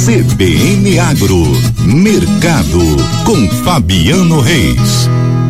CBN Agro, Mercado, com Fabiano Reis.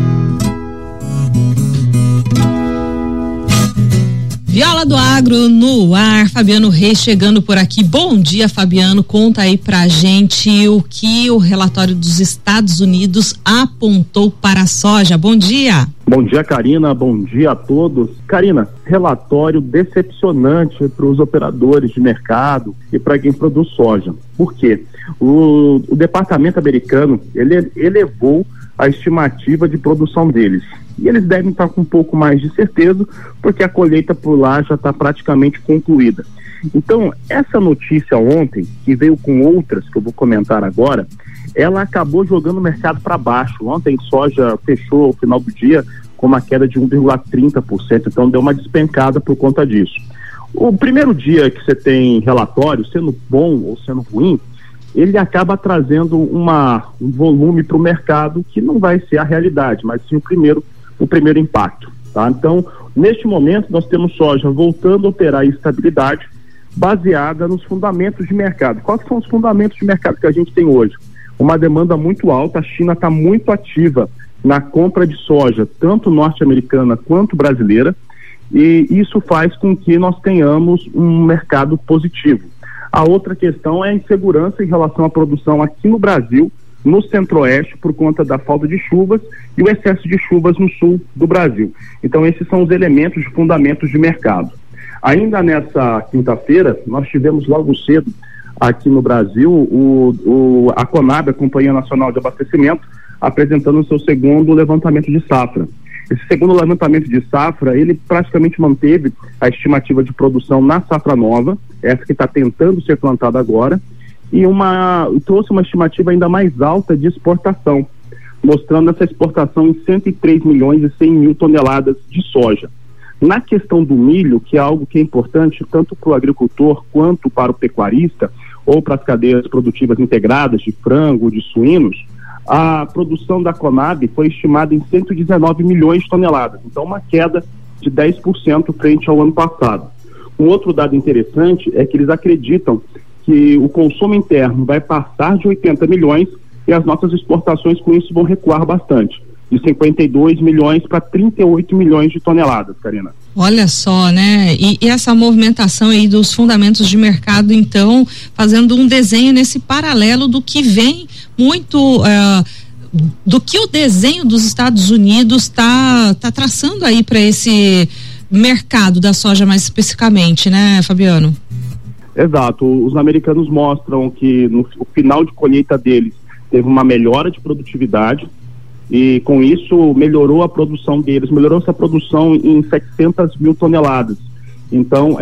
Viola do Agro no ar, Fabiano Reis chegando por aqui. Bom dia, Fabiano. Conta aí pra gente o que o relatório dos Estados Unidos apontou para a soja. Bom dia. Bom dia, Karina. Bom dia a todos. Karina, relatório decepcionante para os operadores de mercado e para quem produz soja. Por quê? O departamento americano, ele elevou a estimativa de produção deles. E eles devem estar com um pouco mais de certeza, porque a colheita por lá já está praticamente concluída. Então, essa notícia ontem, que veio com outras que eu vou comentar agora, ela acabou jogando o mercado para baixo. Ontem, soja fechou ao final do dia com uma queda de 1,30%, então deu uma despencada por conta disso. O primeiro dia que você tem relatório, sendo bom ou sendo ruim, ele acaba trazendo um volume para o mercado que não vai ser a realidade, mas sim o primeiro impacto, tá? Então, neste momento, nós temos soja voltando a operar em estabilidade baseada nos fundamentos de mercado. Quais são os fundamentos de mercado que a gente tem hoje? Uma demanda muito alta, a China está muito ativa na compra de soja, tanto norte-americana quanto brasileira, e isso faz com que nós tenhamos um mercado positivo. A outra questão é a insegurança em relação à produção aqui no Brasil, no centro-oeste, por conta da falta de chuvas e o excesso de chuvas no sul do Brasil. Então, esses são os elementos de fundamentos de mercado. Ainda nessa quinta-feira, nós tivemos logo cedo aqui no Brasil a Conab, a Companhia Nacional de Abastecimento, apresentando o seu segundo levantamento de safra. Esse segundo levantamento de safra, ele praticamente manteve a estimativa de produção na safra nova, essa que está tentando ser plantada agora, e trouxe uma estimativa ainda mais alta de exportação, mostrando essa exportação em 103 milhões e 100 mil toneladas de soja. Na questão do milho, que é algo que é importante tanto para o agricultor quanto para o pecuarista, ou para as cadeias produtivas integradas de frango, de suínos, a produção da Conab foi estimada em 119 milhões de toneladas, então uma queda de 10% frente ao ano passado. Um outro dado interessante é que eles acreditam que o consumo interno vai passar de 80 milhões e as nossas exportações com isso vão recuar bastante, de 52 milhões para 38 milhões de toneladas, Karina. Olha só, né? E essa movimentação aí dos fundamentos de mercado, então, fazendo um desenho nesse paralelo do que vem muito, do que o desenho dos Estados Unidos tá traçando aí para esse mercado da soja mais especificamente, né, Fabiano? Exato. Os americanos mostram que no final de colheita deles teve uma melhora de produtividade, e com isso melhorou a produção deles, melhorou essa produção em 700 mil toneladas. Então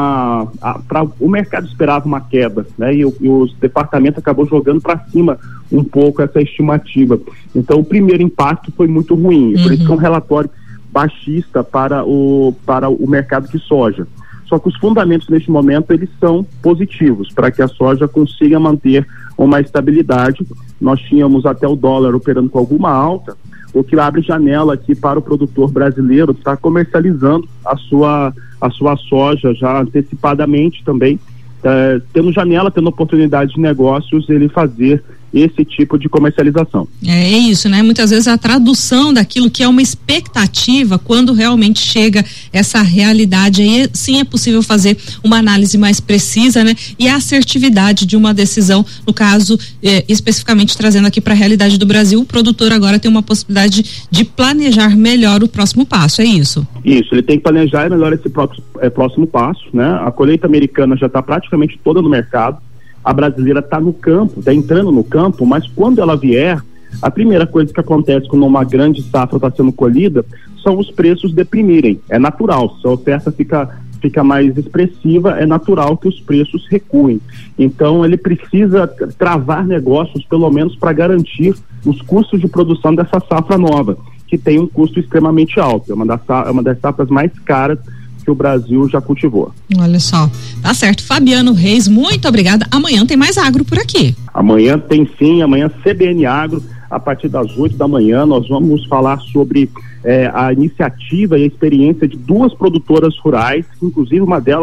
o mercado esperava uma queda, né? E o departamento acabou jogando para cima um pouco essa estimativa. Então o primeiro impacto foi muito ruim, por isso que é um relatório baixista para o mercado de soja. Só que os fundamentos neste momento eles são positivos para que a soja consiga manter uma estabilidade. Nós tínhamos até o dólar operando com alguma alta, o que abre janela aqui para o produtor brasileiro estar comercializando a sua soja já antecipadamente também, tendo janela, tendo oportunidade de negócios, ele fazer esse tipo de comercialização. É isso, né? Muitas vezes a tradução daquilo que é uma expectativa, quando realmente chega essa realidade, aí sim é possível fazer uma análise mais precisa, né? E a assertividade de uma decisão, no caso, especificamente trazendo aqui para a realidade do Brasil, o produtor agora tem uma possibilidade de planejar melhor o próximo passo, é isso? Isso, ele tem que planejar melhor esse próximo passo, né? A colheita americana já está praticamente toda no mercado, a brasileira está no campo, está entrando no campo, mas quando ela vier, a primeira coisa que acontece quando uma grande safra está sendo colhida são os preços deprimirem. É natural, se a oferta fica mais expressiva, é natural que os preços recuem. Então ele precisa travar negócios, pelo menos para garantir os custos de produção dessa safra nova, que tem um custo extremamente alto, é uma das safras mais caras que o Brasil já cultivou. Olha só, tá certo. Fabiano Reis, muito obrigada. Amanhã tem mais agro por aqui. Amanhã tem sim, amanhã CBN Agro, a partir das 8 da manhã, nós vamos falar sobre a iniciativa e a experiência de duas produtoras rurais, inclusive uma delas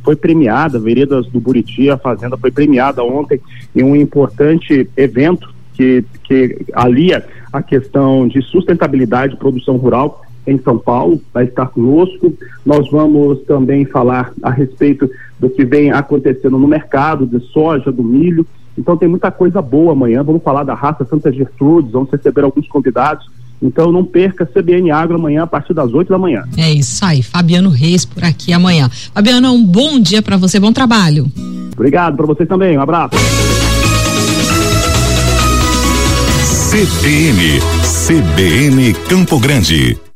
foi premiada, Veredas do Buriti, a Fazenda foi premiada ontem em um importante evento que alia a questão de sustentabilidade e produção rural em São Paulo, vai estar conosco. Nós vamos também falar a respeito do que vem acontecendo no mercado de soja, do milho. Então tem muita coisa boa amanhã. Vamos falar da raça Santa Gertrudes, vamos receber alguns convidados. Então não perca CBN Agro amanhã a partir das 8 da manhã. É isso aí, Fabiano Reis por aqui amanhã. Fabiano, um bom dia para você, bom trabalho. Obrigado para vocês também, um abraço. CBN Campo Grande.